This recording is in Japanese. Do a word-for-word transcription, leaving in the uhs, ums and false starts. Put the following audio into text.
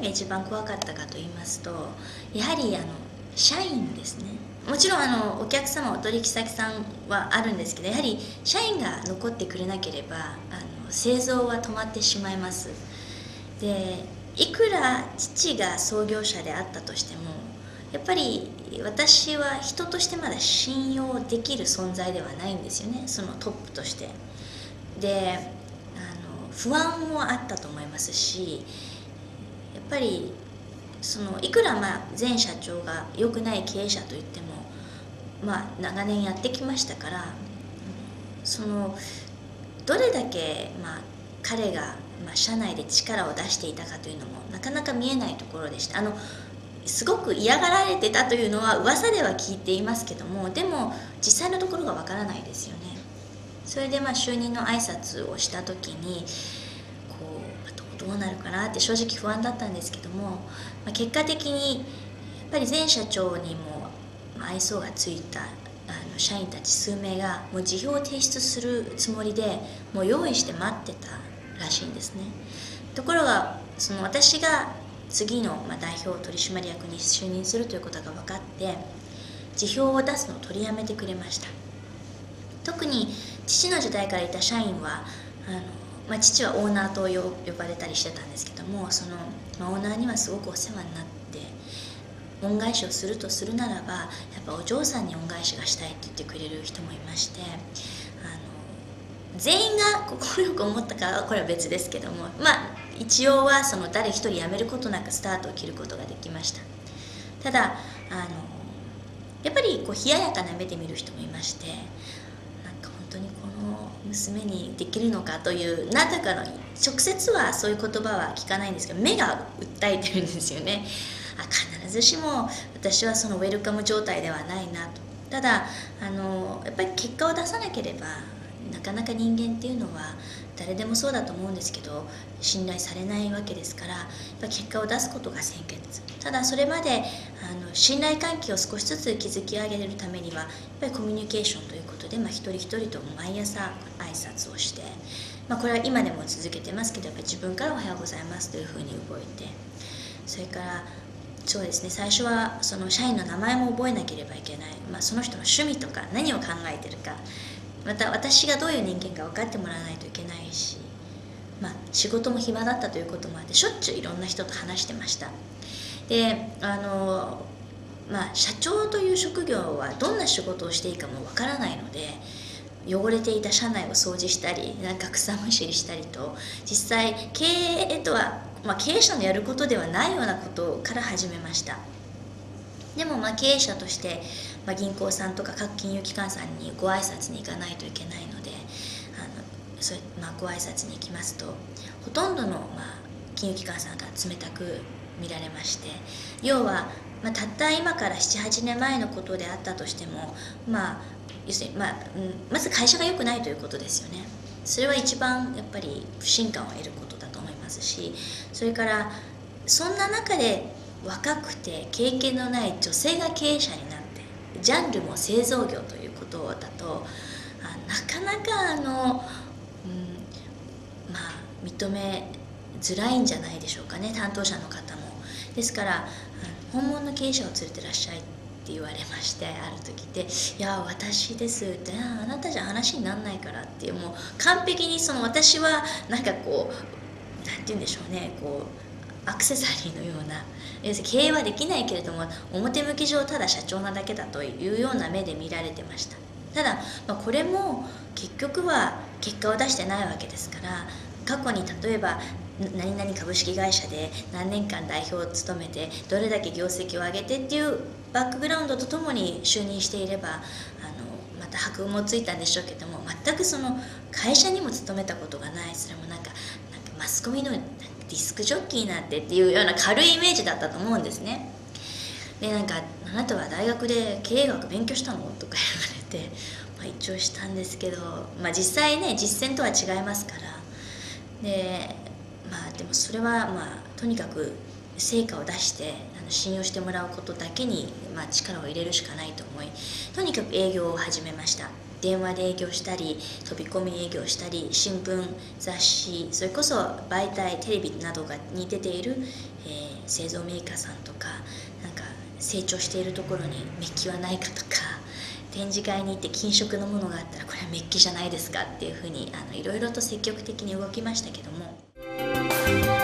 が一番怖かったかと言いますと、やはりあの社員ですね。もちろんあのお客様、お取引先さんはあるんですけど、やはり社員が残ってくれなければあの製造は止まってしまいます。でいくら父が創業者であったとしても、やっぱり私は人としてまだ信用できる存在ではないんですよね、そのトップとして。であの不安もあったと思いますし、やっぱりそのいくらまあ前社長が良くない経営者といっても、まあ、長年やってきましたから、そのどれだけまあ彼がまあ社内で力を出していたかというのもなかなか見えないところでした。あのすごく嫌がられてたというのは噂では聞いていますけども、でも実際のところがわからないですよね。それでまあ就任の挨拶をした時にこうどうなるかなって正直不安だったんですけども、まあ、結果的にやっぱり前社長にも愛想がついたあの社員たち数名がもう辞表を提出するつもりでもう用意して待ってたらしいんですね。ところがその私が次のまあ代表取締役に就任するということが分かって辞表を出すのを取りやめてくれました。特に父の時代からいた社員はあの、まあ、父はオーナーと呼ばれたりしてたんですけども、その、まあ、オーナーにはすごくお世話になって、恩返しをするとするならばやっぱお嬢さんに恩返しがしたいって言ってくれる人もいまして、あの全員が快く思ったかはこれは別ですけども、まあ一応はその誰一人辞めることなくスタートを切ることができました。ただあのやっぱりこう冷ややかな目で見る人もいまして、なんか本当にこの娘にできるのかという何だかの直接はそういう言葉は聞かないんですけど、目が訴えてるんですよね。あ、必ずしも私はそのウェルカム状態ではないなと。ただあのやっぱり結果を出さなければなかなか人間っていうのは誰でもそうだと思うんですけど信頼されないわけですから、やっぱ結果を出すことが先決。ただそれまであの信頼関係を少しずつ築き上げるためにはやっぱりコミュニケーションということで、まあ、一人一人と毎朝挨拶をして、まあ、これは今でも続けてますけど、やっぱり自分からおはようございますというふうに動いて、それからそうですね、最初はその社員の名前も覚えなければいけない、まあ、その人の趣味とか何を考えてるか、また私がどういう人間か分かってもらわないといけないし、まあ、仕事も暇だったということもあってしょっちゅういろんな人と話してました。であの、まあ、社長という職業はどんな仕事をしていいかも分からないので、汚れていた社内を掃除したりなんか草むしりしたりと、実際経営とは、まあ、経営者のやることではないようなことから始めました。でもまあ経営者として、まあ、銀行さんとか各金融機関さんにご挨拶に行かないといけないので、あのそれ、まあ、ご挨拶に行きますとほとんどの、まあ、金融機関さんが冷たく見られまして、要は、まあ、たった今からななはちねんまえのことであったとしても、まあ要するに、まあうん、まず会社が良くないということですよね。それは一番やっぱり不信感を得ることだと思いますし、それからそんな中で若くて経験のない女性が経営者になってジャンルも製造業ということだと、あなかなかあの、うん、まあ認めづらいんじゃないでしょうかね、担当者の方も。ですから本物の経営者を連れてらっしゃいって言われまして、ある時で「いや私です」って「あなたじゃ話にならないから」っていう、もう完璧にその私はなんかこうなんて言うんでしょうね、こうアクセサリーのような、要するに経営はできないけれども表向き上ただ社長なだけだというような目で見られてました。ただ、まあ、これも結局は結果を出してないわけですから、過去に例えば何々株式会社で何年間代表を務めてどれだけ業績を上げてっていうバックグラウンドとともに就任していれば、あのまた箔もついたんでしょうけども、全くその会社にも勤めたことがない、それもなんかなんかマスコミのディスクジョッキーなんてっていうような軽いイメージだったと思うんですね。でなんか「あなたは大学で経営学勉強したの?」とか言われて、まあ、一応したんですけど、まあ、実際ね実践とは違いますから。でまあでもそれはまあとにかく成果を出してあの信用してもらうことだけに、まあ、力を入れるしかないと思い、とにかく営業を始めました。 電話で営業したり飛び込み営業したり新聞雑誌それこそ媒体テレビなどがに出ている、えー、製造メーカーさんとかなんか成長しているところにメッキはないかとか展示会に行って金色のものがあったらこれはメッキじゃないですかっていうふうにあのいろいろと積極的に動きましたけども。